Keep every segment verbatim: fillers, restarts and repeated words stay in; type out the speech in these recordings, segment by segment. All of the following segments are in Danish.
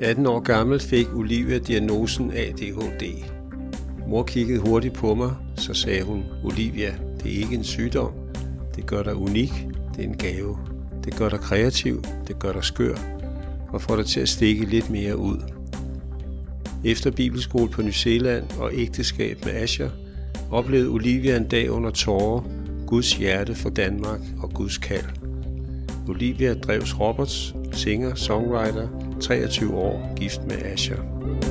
atten år gammel fik Olivia diagnosen A D H D. Mor kiggede hurtigt på mig, så sagde hun, Olivia, det er ikke en sygdom. Det gør dig unik, det er en gave. Det gør dig kreativ, det gør dig skør, og får dig til at stikke lidt mere ud. Efter bibelskole på New Zealand og ægteskab med Asher, oplevede Olivia en dag under tårer Guds hjerte for Danmark og Guds kald. Olivia Drews Roberts, singer, songwriter, treogtyve år, gift med Asher.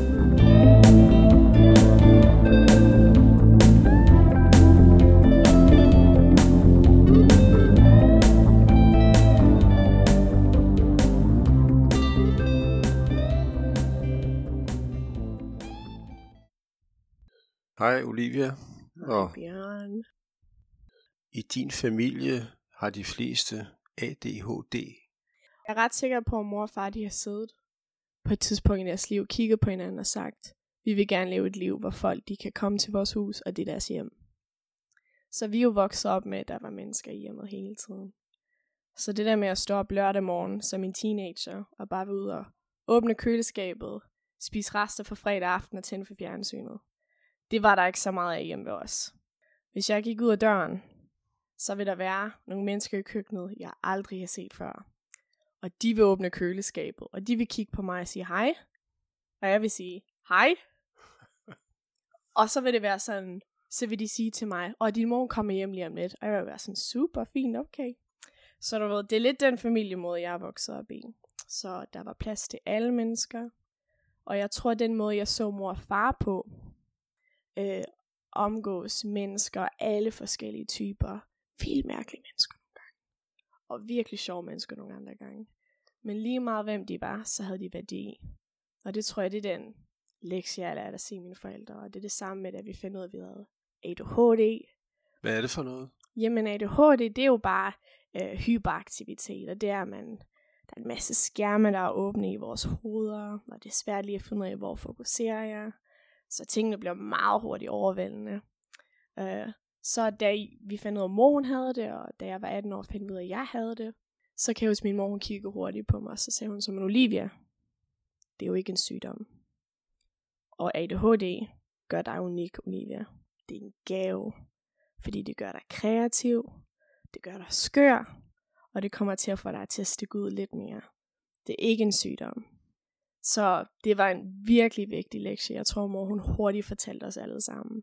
Hej Olivia. Og Bjørn. I din familie har de fleste A D H D. Jeg er ret sikker på, at mor og far de har siddet på et tidspunkt i deres liv, kigget på hinanden og sagt, vi vil gerne leve et liv, hvor folk de kan komme til vores hus, og det er deres hjem. Så vi er jo vokset op med, at der var mennesker i hjemmet hele tiden. Så det der med at stå op lørdag morgen som en teenager, og bare være ude og åbne køleskabet, spise rester for fredag aften og tænde for fjernsynet, det var der ikke så meget af hjemme ved os. Hvis jeg gik ud af døren, så vil der være nogle mennesker i køkkenet, jeg aldrig har set før. Og de vil åbne køleskabet, og de vil kigge på mig og sige hej. Og jeg vil sige hej. Og så vil det være sådan, så vil de sige til mig, og din mor kommer hjem lige om lidt. Og jeg vil være sådan, super fint, okay. Så du ved, det er lidt den familiemåde, jeg er vokset op i. Så der var plads til alle mennesker. Og jeg tror, den måde, jeg så mor og far på, øh, omgås mennesker, alle forskellige typer. Vildt mærkelige mennesker nogle gange. Og virkelig sjove mennesker nogle andre gange. Men lige meget hvem de var, så havde de værdi. Og det tror jeg, det er den lektie, jeg lærte at se mine forældre. Og det er det samme med, at vi finder ud af, at vi havde A D H D. Hvad er det for noget? Jamen A D H D, det er jo bare øh, hyperaktivitet. Og det er, at man, der er en masse skærme, der er åbne i vores hoveder. Og det er svært lige at finde ud af, hvor fokuserer jeg. Så tingene bliver meget hurtigt overvældende. Øh, Så da vi fandt ud af, at mor hun havde det, og da jeg var atten år, fandt vi ud af, at jeg havde det, så kan jeg huske, at min mor hun kiggede hurtigt på mig, og så sagde hun som en Olivia, det er jo ikke en sygdom. Og A D H D gør dig unik, Olivia. Det er en gave, fordi det gør dig kreativ, det gør dig skør, og det kommer til at få dig til at stikke ud lidt mere. Det er ikke en sygdom. Så det var en virkelig vigtig lektie. Jeg tror, mor hun hurtigt fortalte os alle sammen.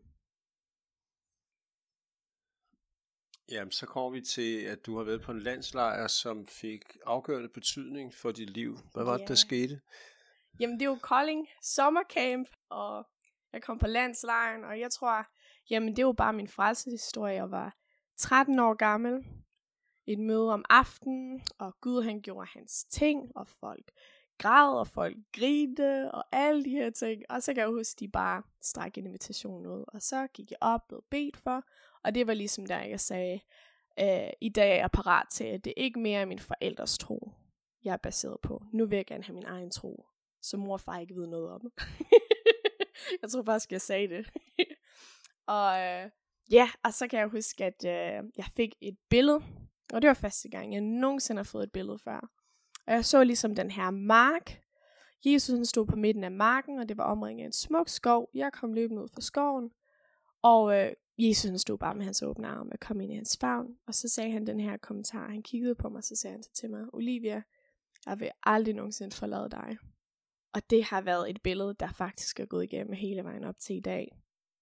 Jamen, så kommer vi til, at du har været på en landslejr, som fik afgørende betydning for dit liv. Hvad var yeah. det, der skete? Jamen, det er jo Kolding sommercamp, og jeg kom på landslejren, og jeg tror, jamen, det er jo bare min frelseshistorie. Jeg var tretten år gammel, et møde om aftenen, og Gud, han gjorde hans ting, og folk græd, og folk grinte, og alle de her ting. Og så kan jeg huske, de bare strække en invitation ud, og så gik jeg op og bedt for. Og det var ligesom der, jeg sagde, øh, i dag er jeg parat til, at det ikke mere er min forældres tro, jeg er baseret på. Nu vil jeg gerne have min egen tro, som mor og far ikke ved noget om. Jeg tror faktisk, jeg sagde det. Og øh, ja, og så kan jeg huske, at øh, jeg fik et billede, og det var første gang, jeg nogensinde har fået et billede før. Og jeg så ligesom den her mark. Jesus han stod på midten af marken, og det var omringet af en smuk skov. Jeg kom løbende ud fra skoven, og øh, Jesus han stod bare med hans åbne arm og kom ind i hans favn. Og så sagde han den her kommentar. Han kiggede på mig, og så sagde han til mig, Olivia, jeg vil aldrig nogensinde forlade dig. Og det har været et billede, der faktisk er gået igennem hele vejen op til i dag.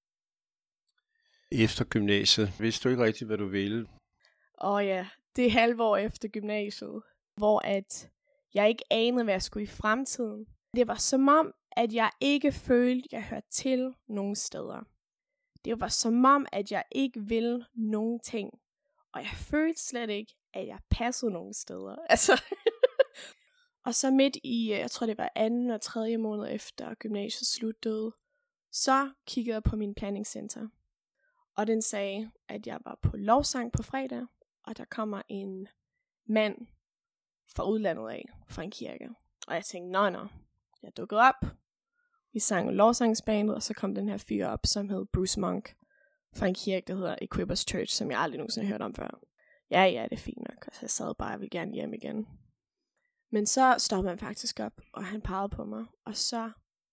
Efter gymnasiet, vidste du ikke rigtigt, hvad du ville? Åh ja, det er halve år efter gymnasiet, hvor at jeg ikke anede, hvad jeg skulle i fremtiden. Det var som om, at jeg ikke følte, at jeg hørte til nogen steder. Det var som om, at jeg ikke ville nogen ting. Og jeg følte slet ikke, at jeg passede nogen steder. Altså. Og så midt i, jeg tror det var anden og tredje måned efter gymnasiet sluttede, så kiggede jeg på min planningscenter. Og den sagde, at jeg var på lovsang på fredag, og der kommer en mand fra udlandet af, fra en kirke. Og jeg tænkte, nå nå, jeg dukkede op. Vi sang lovsangsbandet, og så kom den her fyr op, som hed Bruce Monk, fra en kirke, der hedder Equippers Church, som jeg aldrig nogensinde har hørt om før. Ja, ja, det er fint nok, og så jeg sad bare, jeg ville gerne hjem igen. Men så stoppede han faktisk op, og han pegede på mig. Og så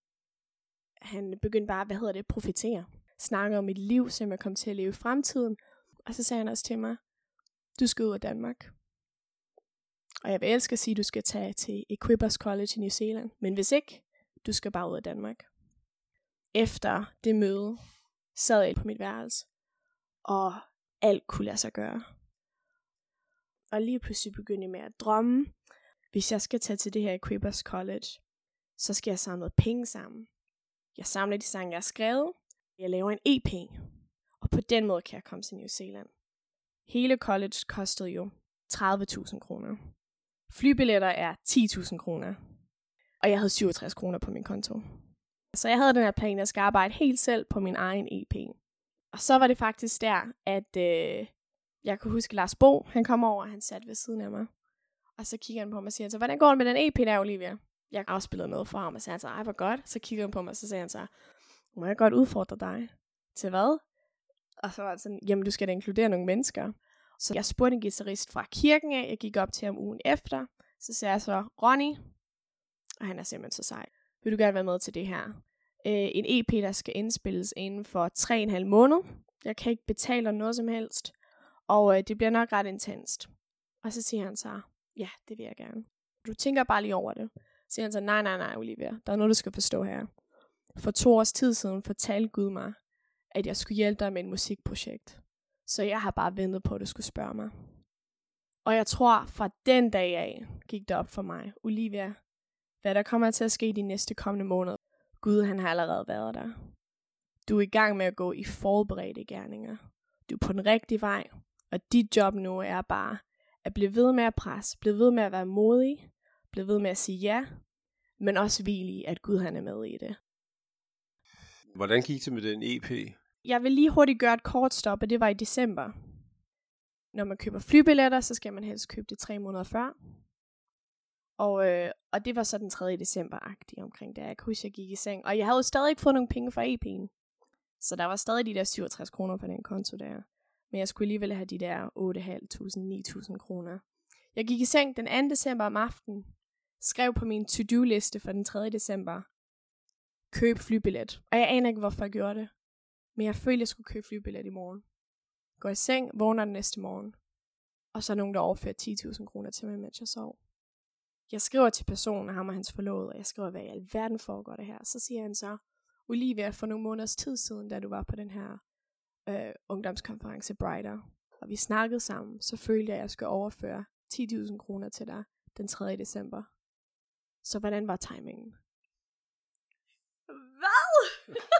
han begyndte bare, hvad hedder det, profetere. Snakke om mit liv, som jeg kom til at leve i fremtiden. Og så sagde han også til mig, du skal ud af Danmark. Og jeg vil elske at sige, at du skal tage til Equippers College i New Zealand. Men hvis ikke, du skal bare ud af Danmark. Efter det møde, sad jeg på mit værelse. Og alt kunne lade sig gøre. Og lige pludselig begyndte jeg med at drømme. Hvis jeg skal tage til det her Equippers College, så skal jeg samle noget penge sammen. Jeg samler de sange, jeg har skrevet. Jeg laver en E P. Og på den måde kan jeg komme til New Zealand. Hele college kostede jo tredive tusind kroner. Flybilletter er ti tusind kroner. Og jeg havde syvogtres kroner på min konto. Så jeg havde den her plan, at jeg skal arbejde helt selv på min egen E P. Og så var det faktisk der, at øh, jeg kunne huske Lars Bo, han kom over, og han satte ved siden af mig. Og så kigger han på mig og siger, så hvordan går det med den E P der, Olivia? Jeg har afspillet noget for ham, og så han så, ej, hvor godt. Så kigger han på mig, og så sagde han så, må jeg godt udfordre dig? Til hvad? Og så var det sådan, jamen du skal da inkludere nogle mennesker. Så jeg spurgte en guitarist fra kirken af, jeg gik op til ham ugen efter. Så sagde jeg så, Ronny, og han er simpelthen så sej, vil du gerne være med til det her? Øh, en E P, der skal indspilles inden for tre og en halv måned. Jeg kan ikke betale dig noget som helst. Og øh, det bliver nok ret intenst. Og så siger han så, ja, det vil jeg gerne. Du tænker bare lige over det. Så siger han så, nej, nej, nej, Olivia, der er noget, du skal forstå her. For to års tid siden fortalte Gud mig, at jeg skulle hjælpe dig med et musikprojekt. Så jeg har bare ventet på, at du skulle spørge mig. Og jeg tror, fra den dag af, gik det op for mig, Olivia, hvad der kommer til at ske de næste kommende måneder. Gud, han har allerede været der. Du er i gang med at gå i forberedte gerninger. Du er på den rigtige vej, og dit job nu er bare at blive ved med at presse, blive ved med at være modig, blive ved med at sige ja, men også hvile i, at Gud han er med i det. Hvordan gik det med den E P? Jeg vil lige hurtigt gøre et kort stop, og det var i december. Når man køber flybilletter, så skal man helst købe det tre måneder før. Og, øh, og det var så den tredje december-agtig omkring det. Jeg kan huske, jeg gik i seng. Og jeg havde jo stadig ikke fået nogen penge fra E P'en. Så der var stadig de der syvogtres kroner på den konto der. Men jeg skulle alligevel have de der otte tusind fem hundrede, ni tusind kroner. Jeg gik i seng den anden december om aftenen. Skrev på min to-do-liste for den tredje december. Køb flybillet. Og jeg aner ikke, hvorfor jeg gjorde det. Men jeg følte, jeg skulle købe flybillet i morgen. Går i seng, vågner den næste morgen. Og så er nogen, der overfører ti tusind kroner til mig, mens jeg sov. Jeg skriver til personen, ham og hans forlovede, og jeg skriver, hvad i alverden foregår det her. Så siger han så, Olivia, for nogle måneders tid siden, da du var på den her øh, ungdomskonference Brighter, og vi snakkede sammen, så følte jeg, at jeg skulle overføre ti tusind kroner til dig den tredje december. Så hvordan var timingen? Hvad?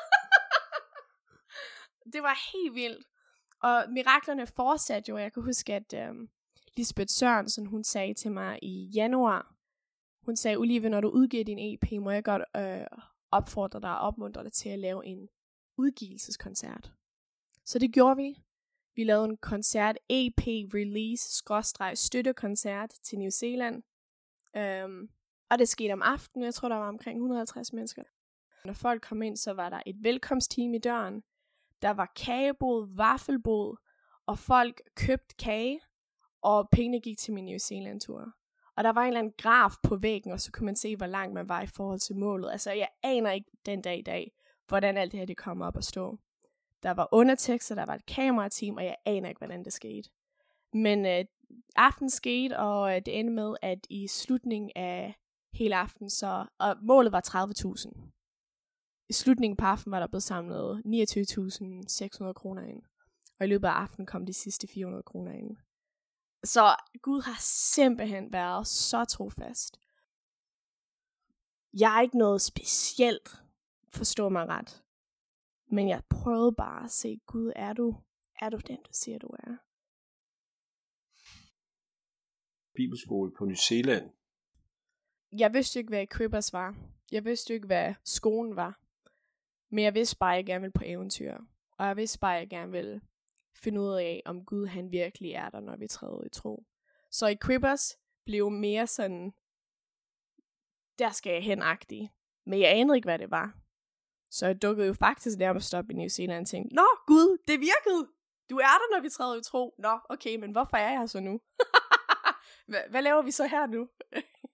Det var helt vildt. Og miraklerne fortsatte jo. Jeg kan huske, at øhm, Lisbeth Sørensen, hun sagde til mig i januar, hun sagde, Olivia, når du udgiver din E P, må jeg godt øh, opfordre dig og opmuntre dig til at lave en udgivelseskoncert. Så det gjorde vi. Vi lavede en koncert, E P release, skråstreg, støttekoncert til New Zealand. Øhm, og det skete om aftenen. Jeg tror, der var omkring et hundrede og halvtreds mennesker. Når folk kom ind, så var der et velkomstteam i døren. Der var kagebod, vaffelbod, og folk købte kage, og pengene gik til min New Zealand-tur. Og der var en eller anden graf på væggen, og så kunne man se, hvor langt man var i forhold til målet. Altså, jeg aner ikke den dag i dag, hvordan alt det her det kom op at stå. Der var undertekster, der var et kamerateam, og jeg aner ikke, hvordan det skete. Men øh, aftenen skete, og øh, det endte med, at i slutningen af hele aftenen, så, og målet var tredive tusind. I slutningen på aftenen var der blevet samlet niogtyve tusind seks hundrede kroner ind. Og i løbet af aftenen kom de sidste fire hundrede kroner ind. Så Gud har simpelthen været så trofast. Jeg er ikke noget specielt, forstå mig ret. Men jeg prøvede bare at se, Gud, er du, er du den, du siger, du er? Bibelskole på New Zealand. Jeg vidste ikke, hvad Equippers var. Jeg vidste ikke, hvad skolen var. Men jeg vidste bare, at jeg gerne ville på eventyr. Og jeg vidste bare, at jeg gerne ville finde ud af, om Gud han virkelig er der, når vi træder i tro. Så Equippers blev mere sådan, der skal jeg hen-agtig. Men jeg anede ikke, hvad det var. Så jeg dukkede jo faktisk nærmest op i New Zealand og tænkte, nå Gud, det virkede! Du er der, når vi træder i tro. Nå, okay, men hvorfor er jeg her så nu? Hvad laver vi så her nu?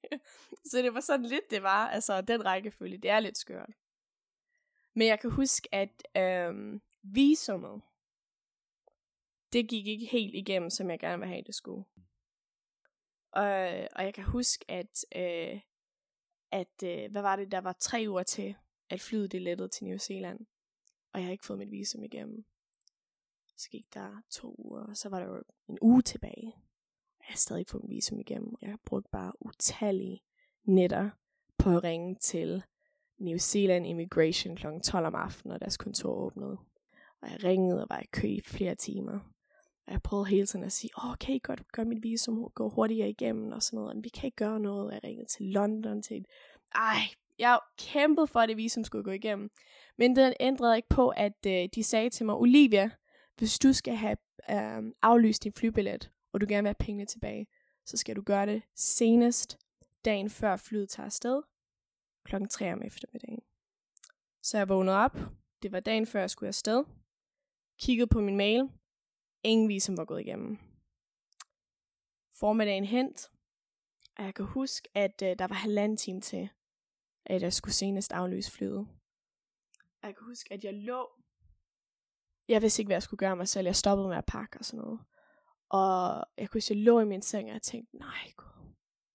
Så det var sådan lidt, det var. Altså, den rækkefølge, det er lidt skørt. Men jeg kan huske, at øhm, visummet, det gik ikke helt igennem, som jeg gerne ville have, det skulle. Og, og jeg kan huske, at, øh, at øh, hvad var det, der var tre uger til, at flyet det lettede til New Zealand. Og jeg har ikke fået mit visum igennem. Så gik der to uger, og så var der jo en uge tilbage. Jeg har stadig ikke fået mit visum igennem. Jeg har brugt bare utallige nætter på at ringe til New Zealand Immigration klokken tolv om aftenen, når deres kontor åbnede. Og jeg ringede og var i kø i flere timer. Og jeg prøvede hele tiden at sige, åh, oh, kan I godt gøre mit visum gå hurtigere igennem og sådan noget. Men vi kan ikke gøre noget. Jeg ringede til London til et... Ej, jeg kæmpede for, at det visum skulle gå igennem. Men den ændrede ikke på, at øh, de sagde til mig, Olivia, hvis du skal have øh, aflyst din flybillet, og du gerne vil have pengene tilbage, så skal du gøre det senest dagen før flyet tager afsted, klokken tre om eftermiddagen. Så jeg vågnede op, det var dagen før jeg skulle afsted, kiggede på min mail, ingen visum var gået igennem. Formiddagen hent, og jeg kan huske, at øh, der var halvanden time til, at jeg skulle senest aflyse flyet. Og jeg kan huske, at jeg lå, jeg vidste ikke, hvad jeg skulle gøre mig selv, jeg stoppede med at pakke og sådan noget. Og jeg kunne huske, at jeg lå i min seng, og jeg tænkte, nej gud.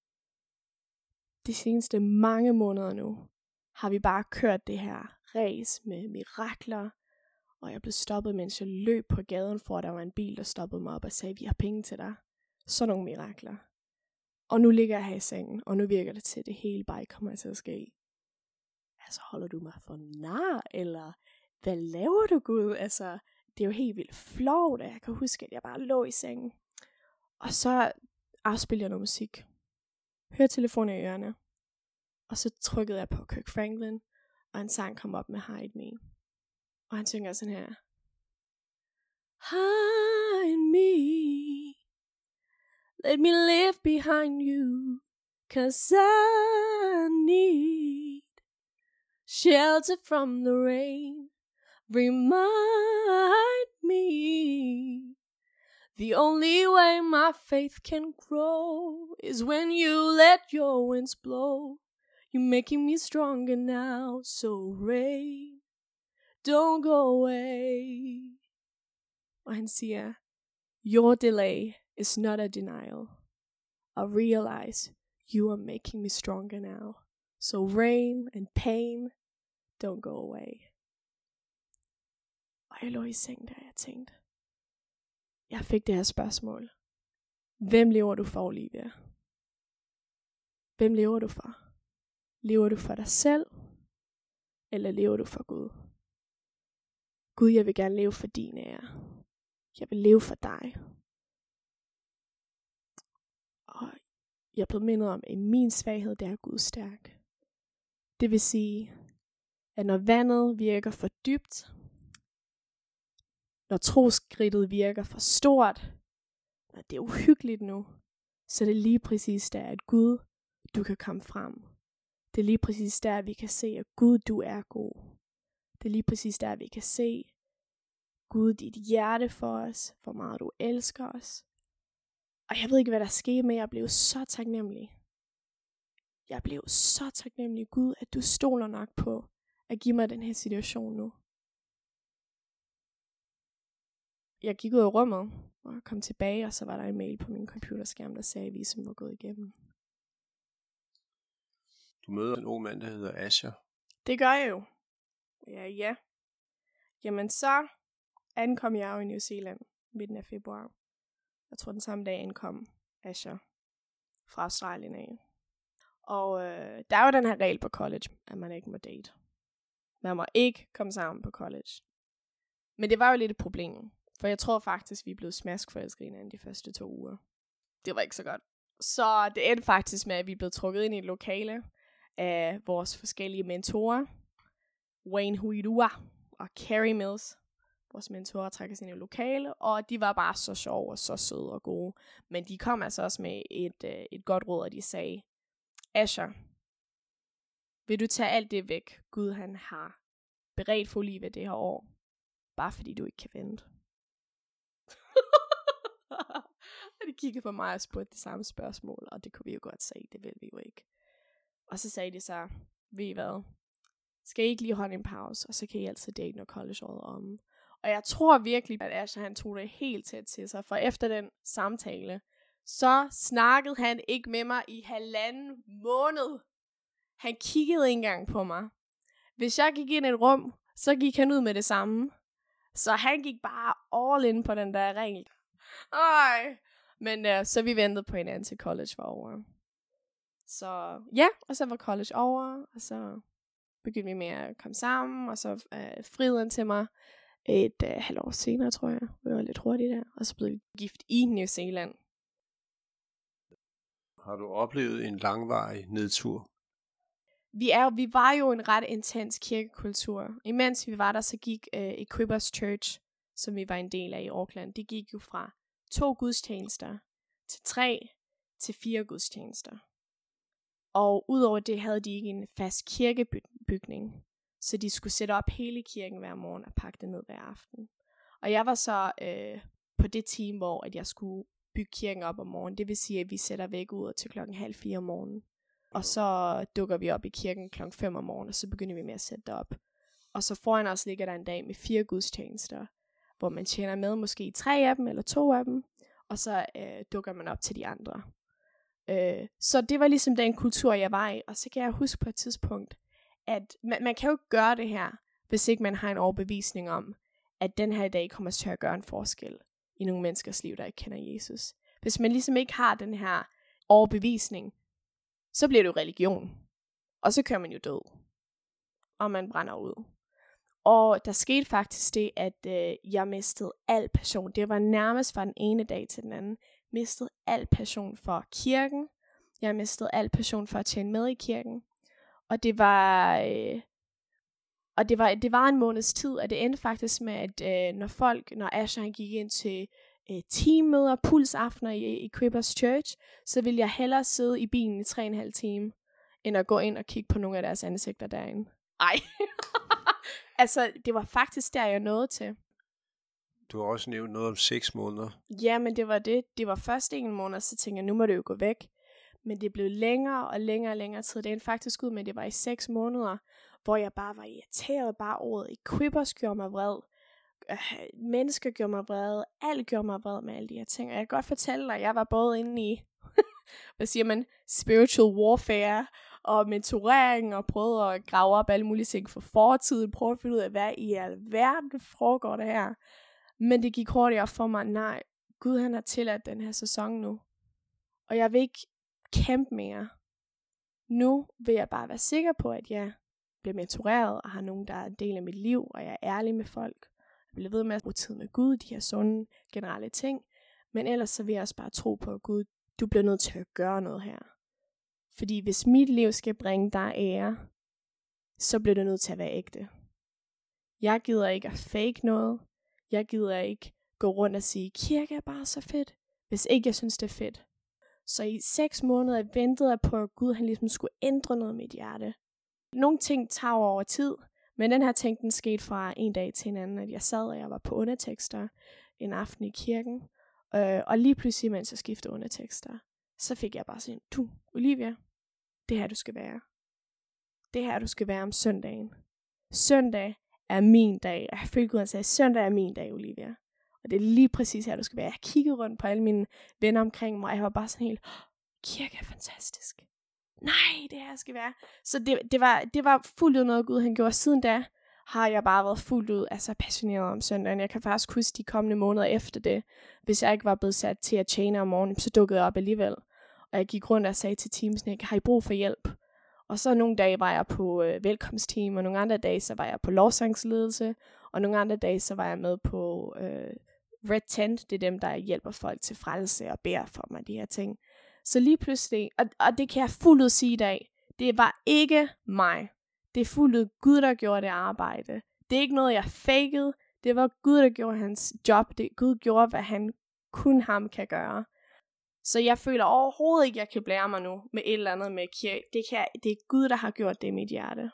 De seneste mange måneder nu, har vi bare kørt det her race med mirakler. Og jeg blev stoppet, mens jeg løb på gaden, for at der var en bil, der stoppede mig op og sagde, vi har penge til dig. Sådan nogle mirakler. Og nu ligger jeg her i sengen, og nu virker det til, at det hele bare ikke kommer til at ske. Altså, holder du mig for nar, eller hvad laver du, Gud? Altså, det er jo helt vildt flovt, at jeg kan huske, at jeg bare lå i sengen. Og så afspillede jeg noget musik. Hørte telefonen i ørerne. Og så trykkede jeg på Kirk Franklin, og en sang kom op med Hide Me. Og han synger sådan her. Hide me. Let me live behind you. Cause I need shelter from the rain. Remind me. The only way my faith can grow is when you let your winds blow. You're making me stronger now, so rain, don't go away. Og han siger, your delay is not a denial. I realize you are making me stronger now. So rain and pain, don't go away. Og jeg lå i seng, da jeg tænkte, jeg fik det her spørgsmål. Hvem lever du for, Olivia? Hvem lever du for? Lever du for dig selv? Eller lever du for Gud? Gud, jeg vil gerne leve for din ære. Jeg vil leve for dig. Og jeg er blevet mindet om, at min svaghed, det er Gud stærk. Det vil sige, at når vandet virker for dybt, når troskridtet virker for stort, når det er uhyggeligt nu, så det er lige præcis der, at Gud, du kan komme frem. Det er lige præcis der, at vi kan se, at Gud, du er god. Det er lige præcis der, at vi kan se, Gud, dit hjerte for os, hvor meget du elsker os. Og jeg ved ikke, hvad der skete, men jeg blev så taknemmelig. Jeg blev så taknemmelig, Gud, at du stoler nok på at give mig den her situation nu. Jeg gik ud af rummet og kom tilbage, og så var der en mail på min computerskærm, der sagde, at visum var gået igennem. Du møder en ung mand, der hedder Asher. Det gør jeg jo. Ja, ja. Jamen så ankom jeg jo i New Zealand midten af februar. Jeg tror den samme dag ankom Asher fra Australien af. Og øh, der er jo den her regel på college, at man ikke må date. Man må ikke komme sammen på college. Men det var jo lidt et problem. For jeg tror faktisk, vi blev smaskforelskede hinanden de første to uger. Det var ikke så godt. Så det endte faktisk med, at vi blev trukket ind i et lokale af vores forskellige mentorer. Wayne Huidua og Carrie Mills. Vores mentorer trækker sig ind i et lokale, og de var bare så sjove og så søde og gode. Men de kom altså også med et, øh, et godt råd, og de sagde, Asher, vil du tage alt det væk, Gud han har beredt for Olivia det her år, bare fordi du ikke kan vente? Og de kiggede på mig og spurgte det samme spørgsmål, og det kunne vi jo godt sige, det vil vi jo ikke. Og så sagde de så, ved I hvad, skal I ikke lige holde en pause, og så kan I altid date, når collegeåret er om. Og jeg tror virkelig, at Asher han tog det helt tæt til sig, for efter den samtale, så snakkede han ikke med mig i halvanden måned. Han kiggede ikke engang på mig. Hvis jeg gik ind i et rum, så gik han ud med det samme. Så han gik bare all in på den der regel. Ej. Men uh, så vi ventede på hinanden til college var over. Så ja, og så var college over, og så begyndte vi med at komme sammen, og så uh, friede han til mig et uh, halvt år senere, tror jeg. Vi var lidt hurtigt der, og så blev vi gift i New Zealand. Har du oplevet en langvarig nedtur? Vi, er, vi var jo en ret intens kirkekultur. Imens vi var der, så gik uh, Equippers Church, som vi var en del af i Auckland, det gik jo fra to gudstjenester til tre til fire gudstjenester. Og udover det havde de ikke en fast kirkebygning, så de skulle sætte op hele kirken hver morgen og pakke det ned hver aften. Og jeg var så øh, på det team, hvor at jeg skulle bygge kirken op om morgenen. Det vil sige, at vi sætter væk ud til klokken halv fire om morgenen. Og så dukker vi op i kirken klokken fem om morgenen, og så begynder vi med at sætte det op. Og så foran os ligger der en dag med fire gudstjenester, hvor man tjener med måske tre af dem, eller to af dem, og så øh, dukker man op til de andre. Øh, så det var ligesom den kultur, jeg var i, og så kan jeg huske på et tidspunkt, at man, man kan jo ikke gøre det her, hvis ikke man har en overbevisning om, at den her dag kommer til at gøre en forskel i nogle menneskers liv, der ikke kender Jesus. Hvis man ligesom ikke har den her overbevisning, så bliver det jo religion, og så kører man jo død, og man brænder ud. Og der skete faktisk det, at øh, jeg mistede al passion. Det var nærmest fra den ene dag til den anden. Mistede al passion for kirken. Jeg mistede al passion for at tjene med i kirken. Og det var, øh, og det var, det var en måneds tid, og det endte faktisk med, at øh, når folk, når Asher han gik ind til øh, teammøder, pulsaftener i Equippers Church, så ville jeg hellere sidde i bilen i tre og en halv time, end at gå ind og kigge på nogle af deres ansigter derinde. Ej. Altså, det var faktisk der, jeg nåede til. Du har også nævnt noget om seks måneder. Ja, men det var det. Det var først en måned, så tænkte jeg, nu må det jo gå væk. Men det blev længere og længere og længere tid. Det endte faktisk ud med, at det var i seks måneder, hvor jeg bare var irriteret. Bare ordet Equippers gjorde mig vred. Øh, mennesker gjorde mig vred. Alt gjorde mig vred med alle de her ting. Og jeg kan godt fortælle dig, at jeg var både inde i, hvad siger man, spiritual warfare og mentorering, og prøvede at grave op alle mulige ting for fortiden, prøve at finde ud af, hvad i alverden foregår det her. Men det gik hurtigt op for mig, nej, Gud han har tilladt den her sæson nu, og jeg vil ikke kæmpe mere. Nu vil jeg bare være sikker på, at jeg bliver mentoreret, og har nogen, der er en del af mit liv, og jeg er ærlig med folk. Jeg bliver ved med at bruge tid med Gud, de her sunde, generelle ting, men ellers så vil jeg også bare tro på, at Gud, du bliver nødt til at gøre noget her. Fordi hvis mit liv skal bringe dig ære, så bliver det nødt til at være ægte. Jeg gider ikke at fake noget. Jeg gider ikke gå rundt og sige, kirke er bare så fedt, hvis ikke jeg synes det er fedt. Så i seks måneder ventede jeg på, at Gud han ligesom skulle ændre noget i mit hjerte. Nogle ting tager over tid, men den her ting den skete fra en dag til en anden, at jeg sad og jeg var på undertekster en aften i kirken, øh, og lige pludselig, mens jeg skiftede undertekster, så fik jeg bare sådan, du, Olivia, det her du skal være. Det her du skal være om søndagen. Søndag er min dag. Jeg følte Gud, han sagde, søndag er min dag, Olivia. Og det er lige præcis her, du skal være. Jeg kiggede rundt på alle mine venner omkring mig, og jeg var bare sådan helt, kirke er fantastisk. Nej, det her skal være. Så det, det, var, det var fuldt ud noget, Gud han gjorde. Siden da har jeg bare været fuldt ud altså passioneret om søndagen. Jeg kan faktisk huske de kommende måneder efter det. Hvis jeg ikke var blevet sat til at tjene om morgenen, så dukkede jeg op alligevel. Og jeg gik rundt og sagde til teamsene, har I brug for hjælp? Og så nogle dage var jeg på øh, velkomstteam, og nogle andre dage, så var jeg på lovsangsledelse, og nogle andre dage, så var jeg med på øh, Red Tent. Det er dem, der hjælper folk til frelse og beder for mig, de her ting. Så lige pludselig, og, og det kan jeg fuldt ud sige i dag, det var ikke mig. Det er fuldt ud Gud, der gjorde det arbejde. Det er ikke noget, jeg fakede. Det var Gud, der gjorde hans job. Det Gud gjorde, hvad han kun ham kan gøre. Så jeg føler overhovedet ikke, at jeg kan blære mig nu med et eller andet med kirke. Det, kan jeg, det er Gud, der har gjort det i mit hjerte.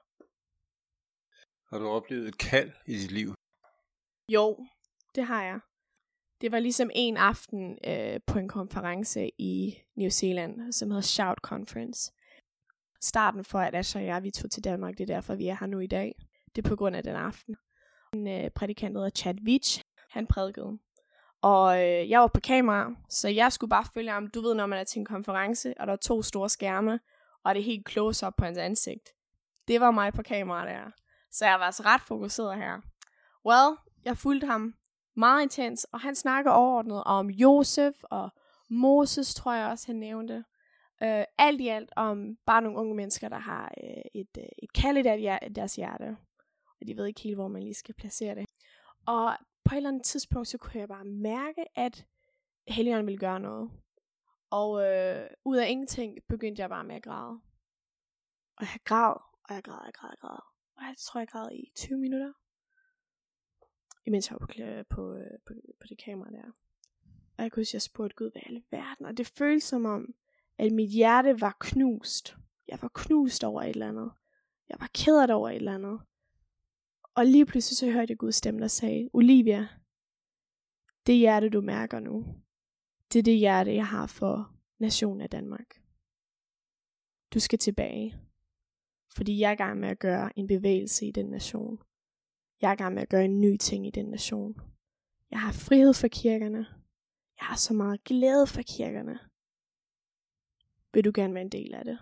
Har du oplevet et kald i dit liv? Jo, det har jeg. Det var ligesom en aften øh, på en konference i New Zealand, som hedder Shout Conference. Starten for, at Asher og jeg, vi tog til Danmark, det er derfor, vi er her nu i dag. Det er på grund af den aften. En øh, prædikant, der hedder Chad Veach, han prædikede. Og øh, jeg var på kamera, så jeg skulle bare følge ham. Du ved, når man er til en konference, og der er to store skærme, og det er helt close up på hans ansigt. Det var mig på kamera der. Så jeg var altså ret fokuseret her. Well, jeg fulgte ham meget intens, og han snakker overordnet om Josef og Moses, tror jeg også, han nævnte. Uh, alt i alt om bare nogle unge mennesker, der har uh, et, uh, et kald i deres hjerte. Og de ved ikke helt, hvor man lige skal placere det. Og på et eller andet tidspunkt, så kunne jeg bare mærke, at Helligånden ville gøre noget. Og uh, ud af ingenting, begyndte jeg bare med at græde. Og jeg græd, og jeg græd, og jeg græd, og jeg græd. Og jeg tror, jeg græd i tyve minutter. Imens jeg var på, på, på, på det kamera der. Og jeg kunne huske, at jeg spurgte Gud, hvad i alle verden. Og det føltes som om, at mit hjerte var knust. Jeg var knust over et eller andet. Jeg var ked af det over et eller andet. Og lige pludselig så hørte jeg Guds stemme, der sagde, Olivia, det hjerte, du mærker nu, det er det hjerte, jeg har for nationen af Danmark. Du skal tilbage. Fordi jeg er i gang med at gøre en bevægelse i den nation. Jeg er i gang med at gøre en ny ting i den nation. Jeg har frihed for kirkerne. Jeg har så meget glæde for kirkerne. Vil du gerne være en del af det?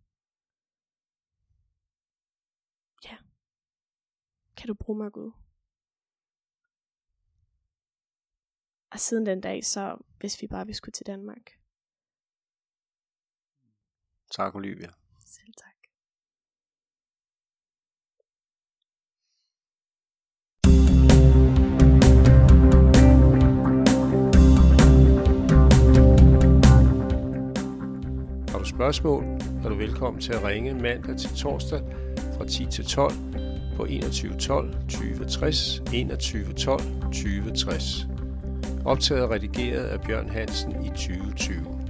Ja. Kan du bruge mig, Gud? Og siden den dag, så hvis vi bare vi skulle til Danmark. Tak, Olivia. Selv tak. Har du spørgsmål, er du velkommen til at ringe mandag til torsdag fra ti til tolv på enogtyve tolv tyve tres, enogtyve tolv tyve tres. Optaget og redigeret af Bjørn Hansen i tyve tyve.